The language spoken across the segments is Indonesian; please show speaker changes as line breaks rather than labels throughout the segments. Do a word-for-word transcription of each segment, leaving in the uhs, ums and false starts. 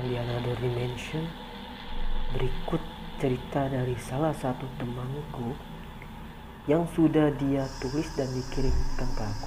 di Another Dimension. Berikut cerita dari salah satu temanku yang sudah dia tulis dan dikirimkan ke aku.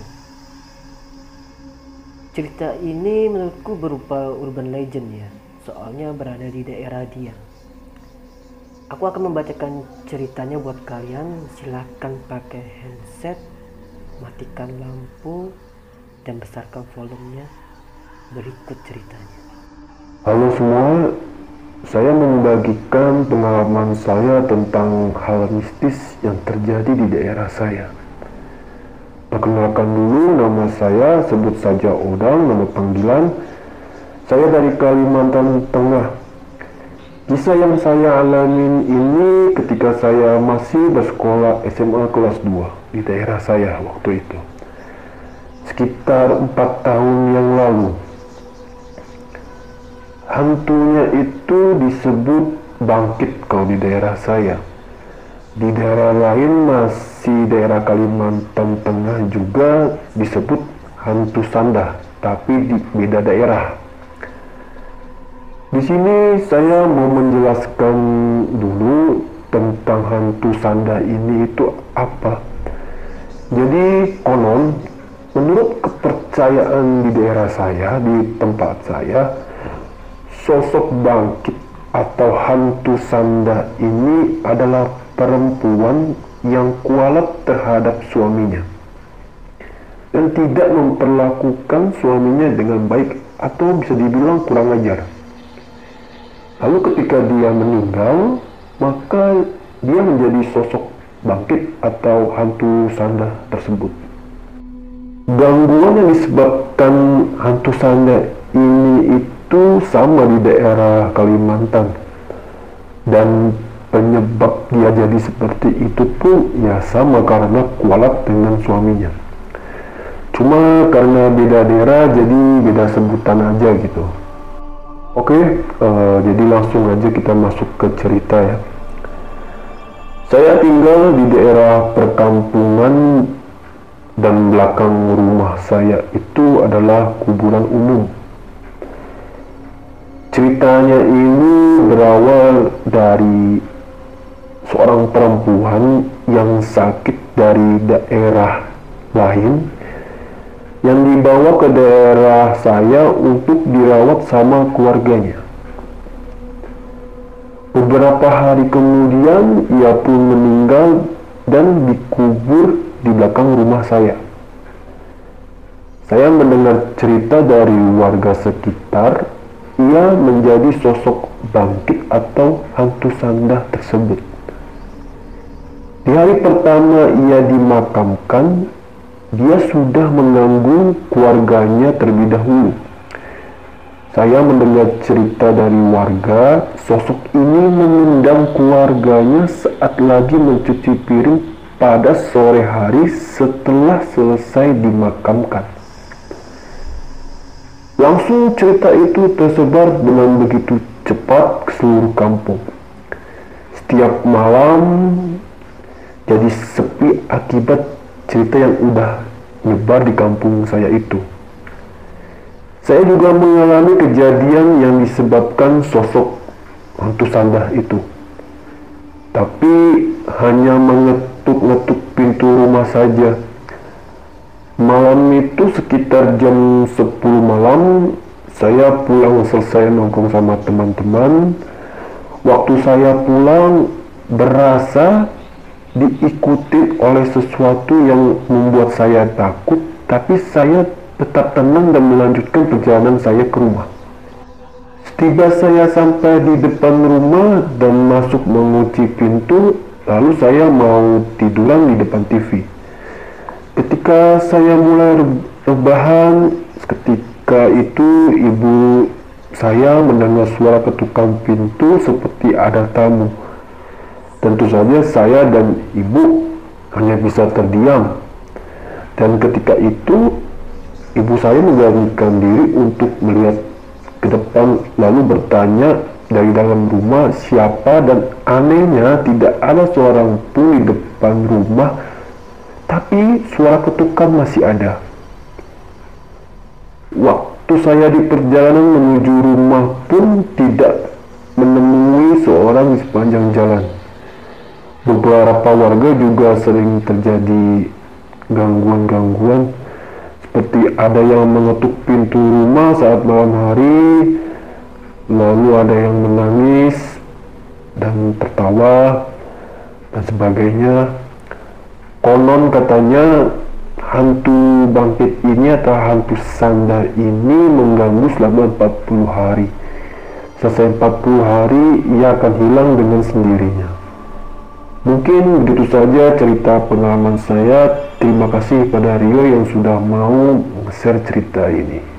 Cerita ini menurutku berupa urban legend ya, soalnya berada di daerah dia. Aku akan membacakan ceritanya buat kalian. Silahkan pakai handset, matikan lampu, dan besarkan volumenya. Berikut ceritanya.
Halo semua, saya membagikan pengalaman saya tentang hal mistis yang terjadi di daerah saya. Perkenalkan dulu, nama saya, sebut saja Odang, nama panggilan. Saya dari Kalimantan Tengah. Kisah yang saya alamin ini ketika saya masih bersekolah S M A kelas dua di daerah saya waktu itu. Sekitar empat tahun yang lalu. Hantunya itu disebut bangkit kalau di daerah saya. Di daerah lain masih daerah Kalimantan Tengah juga disebut hantu sanda, tapi di beda daerah. Di sini saya mau menjelaskan dulu tentang hantu sanda ini itu apa. Jadi konon, menurut kepercayaan di daerah saya, di tempat saya, sosok bangkit atau hantu sanda ini adalah perempuan yang kualat terhadap suaminya dan tidak memperlakukan suaminya dengan baik atau bisa dibilang kurang ajar. Lalu ketika dia meninggal, maka dia menjadi sosok bangkit atau hantu sanda tersebut. Gangguan yang disebabkan hantu sanda ini itu itu sama di daerah Kalimantan, dan penyebab dia jadi seperti itu pun ya sama karena kualat dengan suaminya. Cuma karena beda daerah jadi beda sebutan aja gitu. Oke, uh, jadi langsung aja kita masuk ke cerita ya. Saya tinggal di daerah perkampungan dan belakang rumah saya itu adalah kuburan umum. Ceritanya ini berawal dari seorang perempuan yang sakit dari daerah lain yang dibawa ke daerah saya untuk dirawat sama keluarganya. Beberapa hari kemudian ia pun meninggal dan dikubur di belakang rumah saya. Saya mendengar cerita dari warga sekitar. Ia menjadi sosok bangkit atau hantu sanda tersebut. Di hari pertama ia dimakamkan, dia sudah mengganggu keluarganya terlebih dahulu. Saya mendengar cerita dari warga, sosok ini mengundang keluarganya saat lagi mencuci piring pada sore hari setelah selesai dimakamkan. Langsung cerita itu tersebar dengan begitu cepat ke seluruh kampung. Setiap malam jadi sepi akibat cerita yang udah nyebar di kampung saya itu. Saya juga mengalami kejadian yang disebabkan sosok hantu sanda itu. Tapi hanya mengetuk-ngetuk pintu rumah saja. Malam itu sekitar jam sepuluh malam, saya pulang selesai nongkrong sama teman-teman. Waktu saya pulang, berasa diikuti oleh sesuatu yang membuat saya takut, tapi saya tetap tenang dan melanjutkan perjalanan saya ke rumah. Setiba saya sampai di depan rumah dan masuk mengunci pintu, lalu saya mau tiduran di depan T V. Ketika saya mulai rebahan, ketika itu ibu saya mendengar suara ketukan pintu seperti ada tamu. Tentu saja saya dan ibu hanya bisa terdiam. Dan ketika itu, ibu saya memberanikan diri untuk melihat ke depan lalu bertanya dari dalam rumah siapa, dan anehnya tidak ada seorang pun di depan rumah. Tapi suara ketukan masih ada. Wah, Waktu saya di perjalanan menuju rumah pun tidak menemui seorang di sepanjang jalan. Beberapa warga juga sering terjadi gangguan-gangguan, seperti ada yang mengetuk pintu rumah saat malam hari, lalu ada yang menangis dan tertawa dan sebagainya. Konon katanya hantu bangkit ini atau hantu sanda ini mengganggu selama empat puluh hari. Selesai empat puluh hari, ia akan hilang dengan sendirinya. Mungkin begitu saja cerita pengalaman saya. Terima kasih pada Rio yang sudah mau share cerita ini.